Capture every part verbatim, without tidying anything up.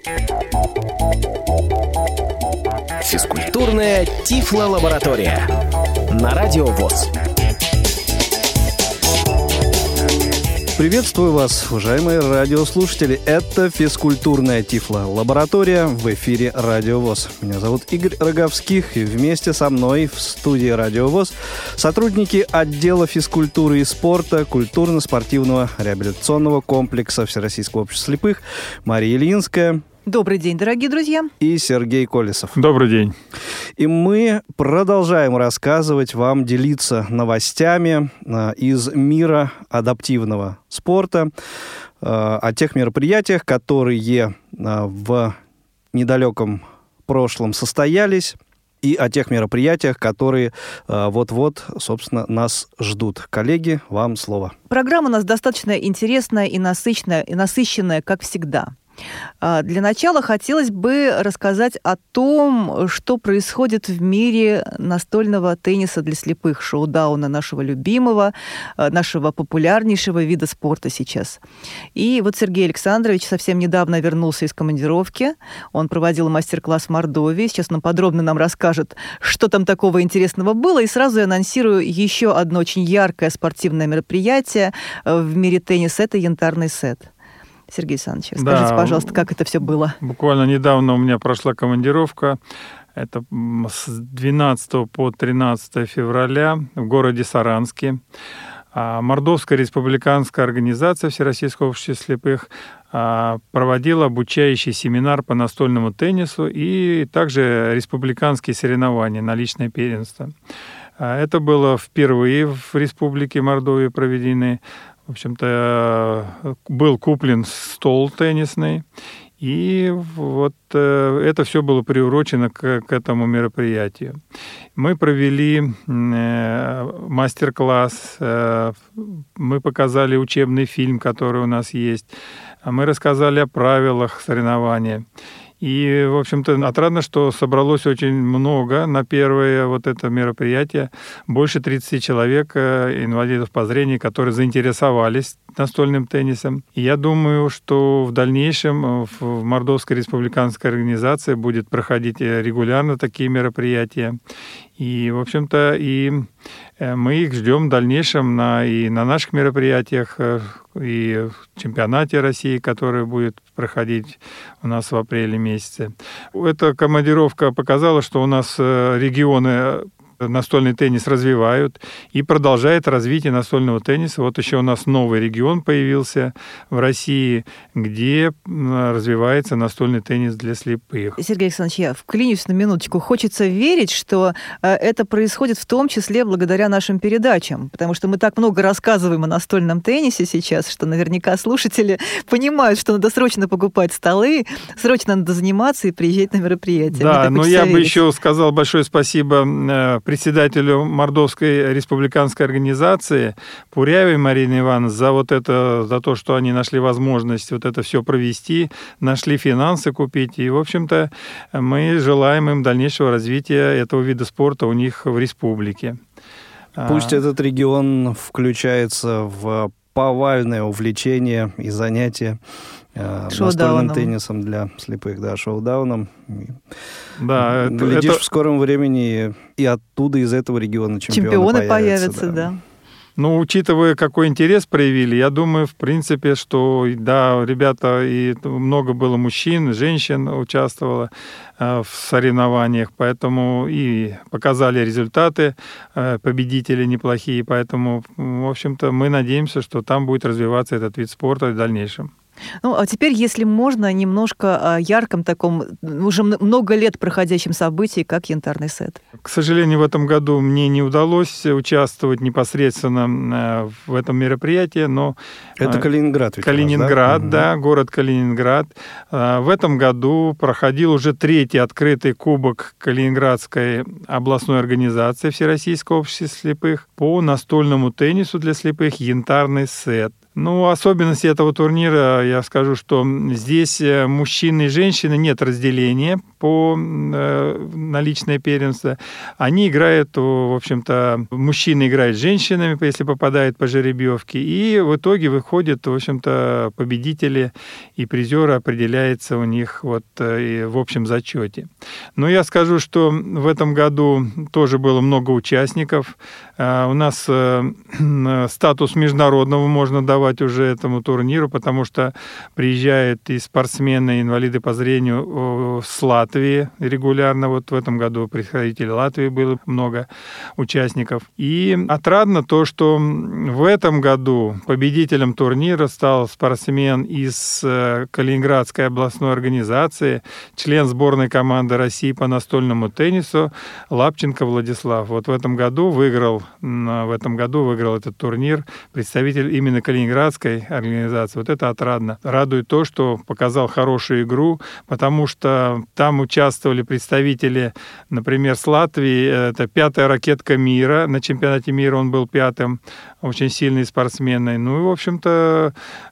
Физкультурная Тифло-лаборатория на Радио ВОС. Приветствую вас, уважаемые радиослушатели. Это физкультурная Тифло-лаборатория в эфире Радио ВОС. Меня зовут Игорь Роговских, и вместе со мной в студии Радио ВОС сотрудники отдела физкультуры и спорта культурно-спортивного реабилитационного комплекса Всероссийского общества слепых Мария Ильинская. Добрый день, дорогие друзья. И Сергей Колесов. Добрый день. И мы продолжаем рассказывать вам, делиться новостями э, из мира адаптивного спорта, э, о тех мероприятиях, которые э, в недалеком прошлом состоялись, и о тех мероприятиях, которые э, вот-вот, собственно, нас ждут. Коллеги, вам слово. Программа у нас достаточно интересная и насыщенная, и насыщенная, как всегда. Для начала хотелось бы рассказать о том, что происходит в мире настольного тенниса для слепых, шоу-дауна нашего любимого, нашего популярнейшего вида спорта сейчас. И вот Сергей Александрович совсем недавно вернулся из командировки. Он проводил мастер-класс в Мордовии. Сейчас он подробно нам расскажет, что там такого интересного было. И сразу я анонсирую еще одно очень яркое спортивное мероприятие в мире тенниса. Это янтарный сет. Сергей Александрович, скажите, да, пожалуйста, как это все было? Буквально недавно у меня прошла командировка. Это с двенадцатого по тринадцатое февраля в городе Саранске. Мордовская республиканская организация Всероссийского общества слепых проводила обучающий семинар по настольному теннису и также республиканские соревнования на личное первенство. Это было впервые в Республике Мордовия проведены. В общем-то, был куплен стол теннисный, и вот это все было приурочено к, к этому мероприятию. Мы провели мастер-класс, мы показали учебный фильм, который у нас есть, мы рассказали о правилах соревнования. И, в общем-то, отрадно, что собралось очень много на первое вот это мероприятие. Больше тридцати человек, инвалидов по зрению, которые заинтересовались настольным теннисом. И я думаю, что в дальнейшем в Мордовской республиканской организации будет проходить регулярно такие мероприятия. И, в общем-то, и мы их ждем в дальнейшем на, и на наших мероприятиях, и в чемпионате России, который будет проходить у нас в апреле месяце. Эта командировка показала, что у нас регионы настольный теннис развивают и продолжает развитие настольного тенниса. Вот еще у нас новый регион появился в России, где развивается настольный теннис для слепых. Сергей Александрович, я вклинюсь на минуточку. Хочется верить, что это происходит в том числе благодаря нашим передачам, потому что мы так много рассказываем о настольном теннисе сейчас, что наверняка слушатели понимают, что надо срочно покупать столы, срочно надо заниматься и приезжать на мероприятие. Да, но я верить. бы еще сказал большое спасибо председателю Мордовской республиканской организации Пурявой Марине Ивановне за вот это, за то, что они нашли возможность вот это все провести, нашли финансы купить. И, в общем-то, мы желаем им дальнейшего развития этого вида спорта у них в республике. Пусть а... этот регион включается в повальное увлечение и занятие настольным теннисом для слепых, да, шоу-дауном. Да, глядишь, это... в скором времени и оттуда, из этого региона чемпионы, чемпионы появятся. появятся, да. да. Ну, учитывая, какой интерес проявили, я думаю, в принципе, что, да, ребята, и много было мужчин, женщин участвовало э, в соревнованиях, поэтому и показали результаты, э, победители неплохие, поэтому, в общем-то, мы надеемся, что там будет развиваться этот вид спорта в дальнейшем. Ну, а теперь, если можно, немножко о ярком таком, уже много лет проходящем событии, как янтарный сет. К сожалению, в этом году мне не удалось участвовать непосредственно в этом мероприятии, но... Это Калининград ведь Калининград, у нас, да, угу. город Калининград. В этом году проходил уже третий открытый кубок Калининградской областной организации Всероссийского общества слепых по настольному теннису для слепых «Янтарный сет». Ну, особенности этого турнира, я скажу, что здесь мужчины и женщины, нет разделения по э, на личное первенство. Они играют, в общем-то, мужчины играют с женщинами, если попадают по жеребьевке, и в итоге выходят, в общем-то, победители и призеры определяются у них вот и в общем зачете. Но я скажу, что в этом году тоже было много участников. У нас статус международного можно давать уже этому турниру, потому что приезжают и спортсмены, и инвалиды по зрению с Латвии регулярно. Вот в этом году представителей Латвии было много участников. И отрадно то, что в этом году победителем турнира стал спортсмен из Калининградской областной организации, член сборной команды России по настольному теннису Лапченко Владислав. Вот в этом году выиграл, в этом году выиграл этот турнир представитель именно Калининградской организации. Вот это отрадно. Радует то, что показал хорошую игру, потому что там участвовали представители, например, с Латвии. Это пятая ракетка мира. На чемпионате мира он был пятым. Очень сильный спортсмен. Ну и, в общем-то,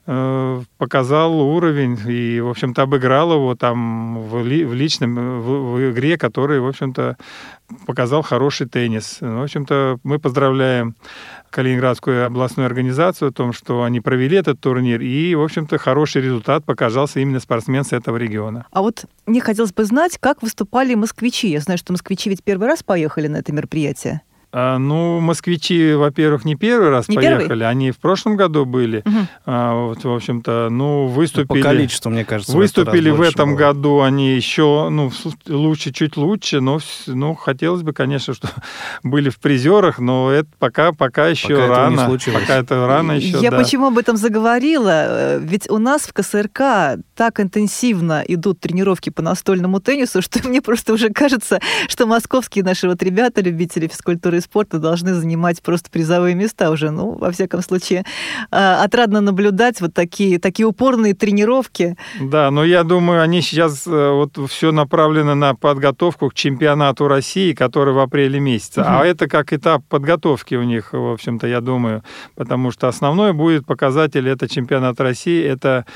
показал уровень и, в общем-то, обыграл его там в личном, в игре, который, в общем-то, показал хороший теннис. В общем-то, мы поздравляем Калининградскую областную организацию о том, что они провели этот турнир, и, в общем-то, хороший результат показался именно спортсмен с этого региона. А вот мне хотелось бы знать, как выступали москвичи. Я знаю, что москвичи ведь первый раз поехали на это мероприятие. А, ну, москвичи, во-первых, не первый раз не поехали, первый? Они в прошлом году были. Угу. А, вот, в общем-то, ну, выступили... По количеству, мне кажется, выступили в, в этом было. году они еще, ну, лучше, чуть лучше, но, ну, хотелось бы, конечно, что были в призерах, но это пока, пока еще пока рано. Пока это рано еще, Я да. почему об этом заговорила? Ведь у нас в ка эс эр ка так интенсивно идут тренировки по настольному теннису, что мне просто уже кажется, что московские наши вот ребята, любители физкультуры и спорта, должны занимать просто призовые места уже. Ну, во всяком случае, отрадно наблюдать вот такие, такие упорные тренировки. Да, но я думаю, они сейчас вот все направлено на подготовку к чемпионату России, который в апреле месяце. Угу. А это как этап подготовки у них, в общем-то, я думаю. Потому что основной будет показатель, это чемпионат России. Это,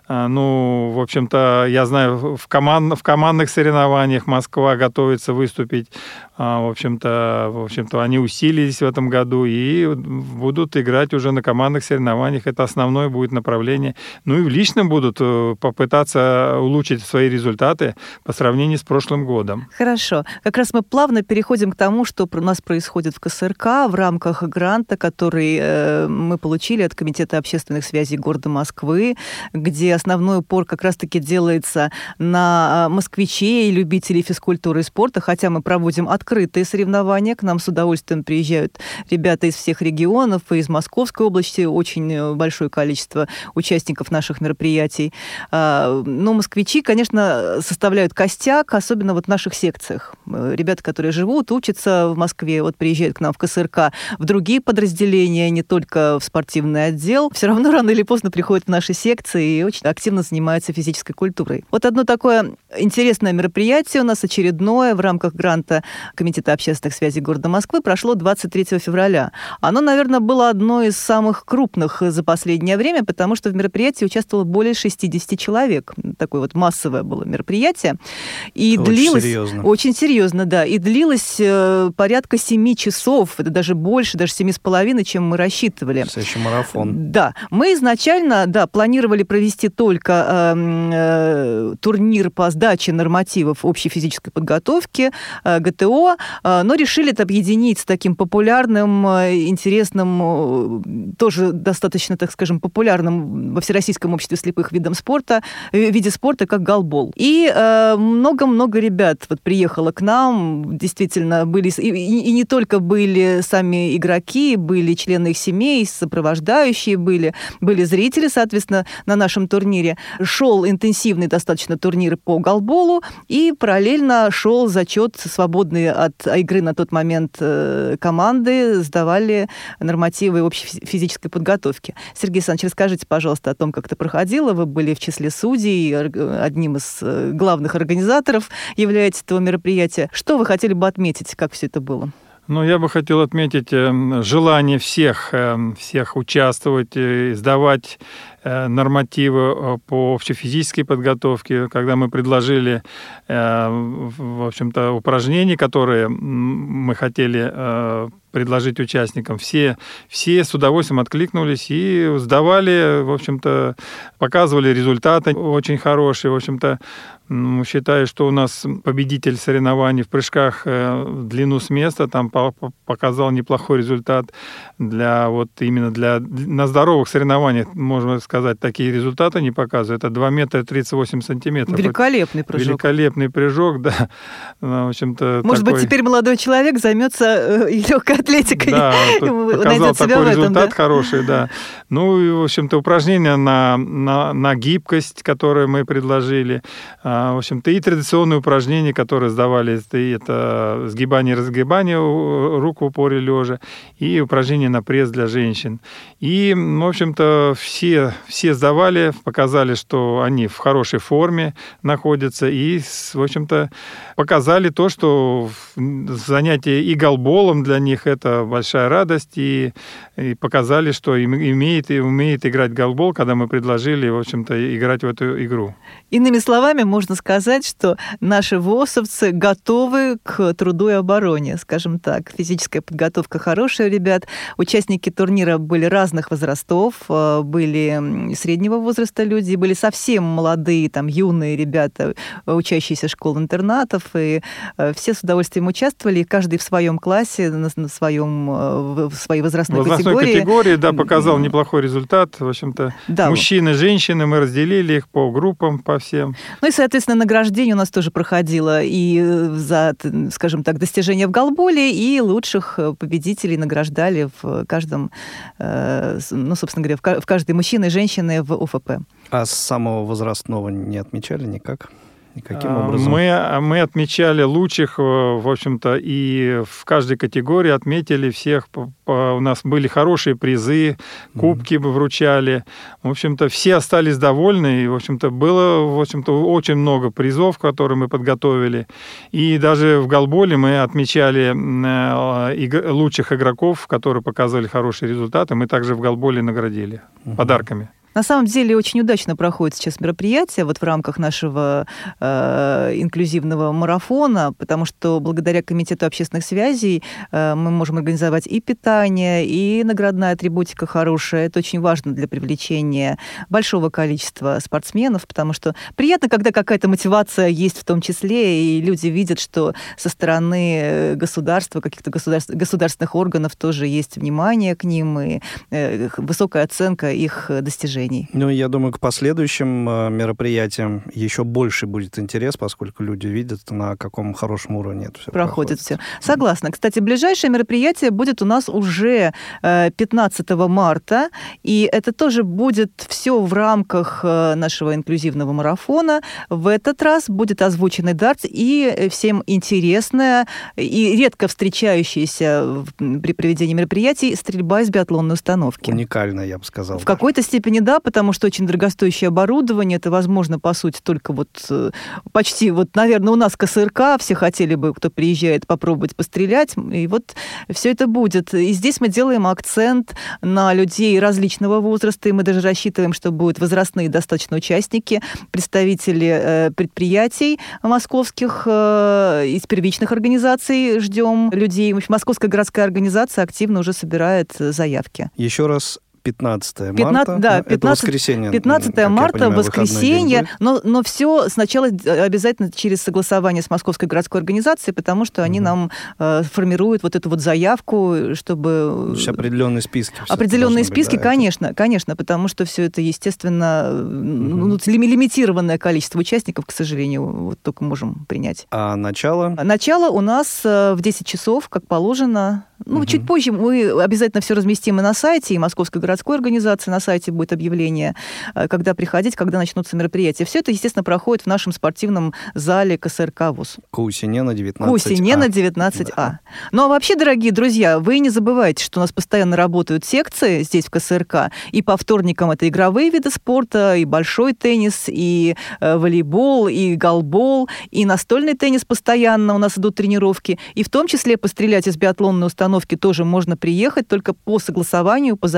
ну, в общем-то, я знаю, в, команд, в командных соревнованиях Москва готовится выступить. В общем-то, в общем-то, они усилились в этом году и будут играть уже на командных соревнованиях. Это основное будет направление. Ну и в личном будут попытаться улучшить свои результаты по сравнению с прошлым годом. Хорошо. Как раз мы плавно переходим к тому, что у нас происходит в ка эс эр ка в рамках гранта, который мы получили от Комитета общественных связей города Москвы, где основной упор как раз-таки делается на москвичей, любителей физкультуры и спорта, хотя мы проводим открытые соревнования. К нам с удовольствием приезжают ребята из всех регионов, и из Московской области очень большое количество участников наших мероприятий. Но москвичи, конечно, составляют костяк, особенно вот в наших секциях. Ребята, которые живут, учатся в Москве, вот приезжают к нам в ка эс эр ка в другие подразделения, не только в спортивный отдел, все равно рано или поздно приходят в наши секции и очень активно занимаются физической культурой. Вот одно такое интересное мероприятие у нас очередное в рамках гранта Комитета общественных связей города Москвы прошло двадцать третьего февраля. Оно, наверное, было одно из самых крупных за последнее время, потому что в мероприятии участвовало более шестьдесят человек. Такое вот массовое было мероприятие. И Это длилось... Очень серьезно. Очень серьезно, да. И длилось э, порядка семи часов. Это даже больше, даже семи с половиной, чем мы рассчитывали. Настоящий марафон. Да. Мы изначально, да, планировали провести только э, э, турнир по сдаче нормативов общей физической подготовки, э, гэ тэ о, э, но решили это объединить с таким популярным, интересным, тоже достаточно, так скажем, популярным во Всероссийском обществе слепых видом спорта, виде спорта, как голбол. И э, много-много ребят вот приехало к нам, действительно, были, и, и не только были сами игроки, были члены их семей, сопровождающие были, были зрители, соответственно, на нашем турнире. Шел интенсивный достаточно турнир по голболу, и параллельно шел зачет, свободный от игры на тот момент команды, сдавали нормативы общей физической подготовки. Сергей Александрович, расскажите, пожалуйста, о том, как это проходило. Вы были в числе судей, одним из главных организаторов являетесь этого мероприятия. Что вы хотели бы отметить, как все это было? Ну, я бы хотел отметить желание всех, всех участвовать, сдавать нормативы по общефизической подготовке, когда мы предложили, в общем-то, упражнения, которые мы хотели предложить участникам. Все, все с удовольствием откликнулись и сдавали, в общем-то, показывали результаты очень хорошие. В общем-то, считаю, что у нас победитель соревнований в прыжках в длину с места там показал неплохой результат для вот именно для на здоровых соревнованиях, можно сказать, такие результаты не показывают. Это два метра тридцать восемь сантиметров. Великолепный прыжок. Великолепный прыжок, да. В общем-то, может такой... быть, теперь молодой человек займется и легкой атлетикой. Да, показал такой этом, результат да? хороший, да. Ну и, в общем-то, упражнения на, на, на гибкость, которые мы предложили. В общем-то, и традиционные упражнения, которые сдавались, и это сгибание и разгибание рук в упоре лежа, и упражнения на пресс для женщин. И, в общем-то, все, все сдавали, показали, что они в хорошей форме находятся, и, в общем-то, показали то, что занятие и голболом для них это большая радость, и, и показали, что им, имеет и умеет играть голбол, когда мы предложили, в общем-то, играть в эту игру. Иными словами, можно сказать, что наши ВОСовцы готовы к труду и обороне, скажем так. Физическая подготовка хорошая, ребят. Участники турнира были разных возрастов, были среднего возраста люди, были совсем молодые, там, юные ребята, учащиеся школ-интернатов, и все с удовольствием участвовали, каждый в своем классе, на, на своем, в своей возрастной, возрастной категории. категории, да, показал неплохой результат. В общем-то, да. Мужчины, женщины, мы разделили их по группам, по всем. Ну и, соответственно, награждение у нас тоже проходило и за, скажем так, достижения в голболе, и лучших победителей награждали в каждом, ну, собственно говоря, в каждой мужчины и женщины в ОФП. А с самого возрастного не отмечали никак? Каким образом? Мы, мы отмечали лучших, в общем-то, и в каждой категории отметили всех. У нас были хорошие призы, кубки mm-hmm. вручали. В общем-то, все остались довольны. И, в общем-то, было, в общем-то, очень много призов, которые мы подготовили. И даже в голболе мы отмечали лучших игроков, которые показывали хорошие результаты. Мы также в голболе наградили mm-hmm. подарками. На самом деле очень удачно проходит сейчас мероприятие вот в рамках нашего э, инклюзивного марафона, потому что благодаря Комитету общественных связей э, мы можем организовать и питание, и наградная атрибутика хорошая. Это очень важно для привлечения большого количества спортсменов, потому что приятно, когда какая-то мотивация есть в том числе, и люди видят, что со стороны государства, каких-то государств, государственных органов тоже есть внимание к ним и э, высокая оценка их достижений. Ну, я думаю, к последующим мероприятиям еще больше будет интерес, поскольку люди видят, на каком хорошем уровне это все проходит. Проходит все. Согласна. Кстати, ближайшее мероприятие будет у нас уже пятнадцатого марта, и это тоже будет все в рамках нашего инклюзивного марафона. В этот раз будет озвученный дартс и всем интересная и редко встречающаяся при проведении мероприятий стрельба из биатлонной установки. Уникальная, я бы сказал. В какой-то степени да, потому что очень дорогостоящее оборудование, это возможно, по сути, только вот почти, вот, наверное, у нас КСРК, все хотели бы, кто приезжает, попробовать пострелять, и вот все это будет. И здесь мы делаем акцент на людей различного возраста, и мы даже рассчитываем, что будут возрастные достаточно участники, представители предприятий московских, из первичных организаций ждем людей. В общем, Московская городская организация активно уже собирает заявки. Еще раз, пятнадцатое марта, да, это пятнадцатое, воскресенье. пятнадцатое марта, понимаю, воскресенье, но, но все сначала обязательно через согласование с Московской городской организацией, потому что они угу. нам э, формируют вот эту вот заявку, чтобы... То есть определенные списки. Определенные списки, быть, да, конечно, это... конечно, потому что все это, естественно, угу. ну, лимитированное количество участников, к сожалению, вот только можем принять. А начало? Начало у нас в десять часов, как положено. Ну, угу. чуть позже мы обязательно все разместим и на сайте, и Московской городской организации на сайте будет объявление, когда приходить, когда начнутся мероприятия. Все это, естественно, проходит в нашем спортивном зале КСРК ВУЗ. Каусинена девятнадцать А. Каусинена девятнадцать А. Да. Ну, а вообще, дорогие друзья, вы не забывайте, что у нас постоянно работают секции здесь, в КСРК, и по вторникам это игровые виды спорта, и большой теннис, и э, волейбол, и голбол, и настольный теннис постоянно у нас идут тренировки, и в том числе пострелять из биатлонной установки тоже можно приехать, только по согласованию, по заявке со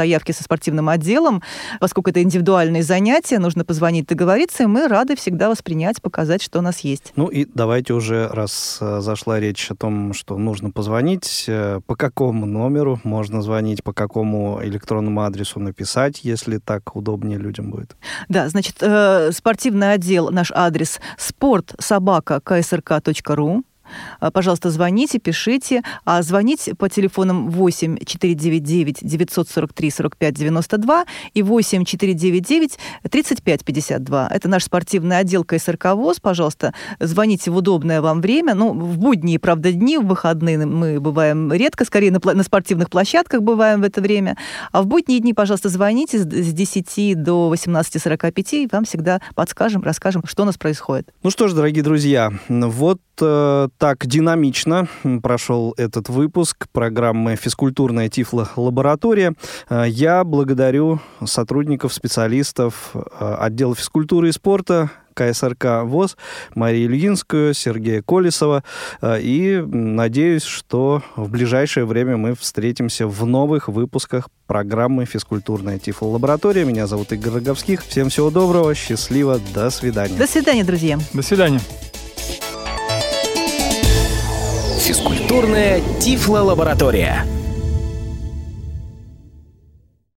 спортивным отделом. Поскольку это индивидуальные занятия, нужно позвонить, договориться, и мы рады всегда воспринять, показать, что у нас есть. Ну и давайте уже, раз зашла речь о том, что нужно позвонить, по какому номеру можно звонить, по какому электронному адресу написать, если так удобнее людям будет. Да, значит, спортивный отдел, наш адрес спорт собака ка эс эр ка точка ру. Пожалуйста, звоните, пишите. А звонить по телефонам восемь четыреста девяносто девять девятьсот сорок три сорок пять девяносто два и восемь четыреста девяносто девять тридцать пять пятьдесят два. Это наш спортивный отдел ка эс эр ка ВОС. Пожалуйста, звоните в удобное вам время. Ну, в будние, правда, дни, в выходные мы бываем редко, скорее на, на спортивных площадках бываем в это время. А в будние дни, пожалуйста, звоните с десяти до восемнадцати сорока пяти, и вам всегда подскажем, расскажем, что у нас происходит. Ну что ж, дорогие друзья, вот э, так динамично прошел этот выпуск программы «Физкультурная тифлолаборатория». Я благодарю сотрудников, специалистов отдела физкультуры и спорта ка эс эр ка ВОС Марию Ильинскую, Сергея Колесова. И надеюсь, что в ближайшее время мы встретимся в новых выпусках программы «Физкультурная тифлолаборатория». Меня зовут Игорь Роговских. Всем всего доброго, счастливо, до свидания. До свидания, друзья. До свидания. Физкультурная тифлолаборатория.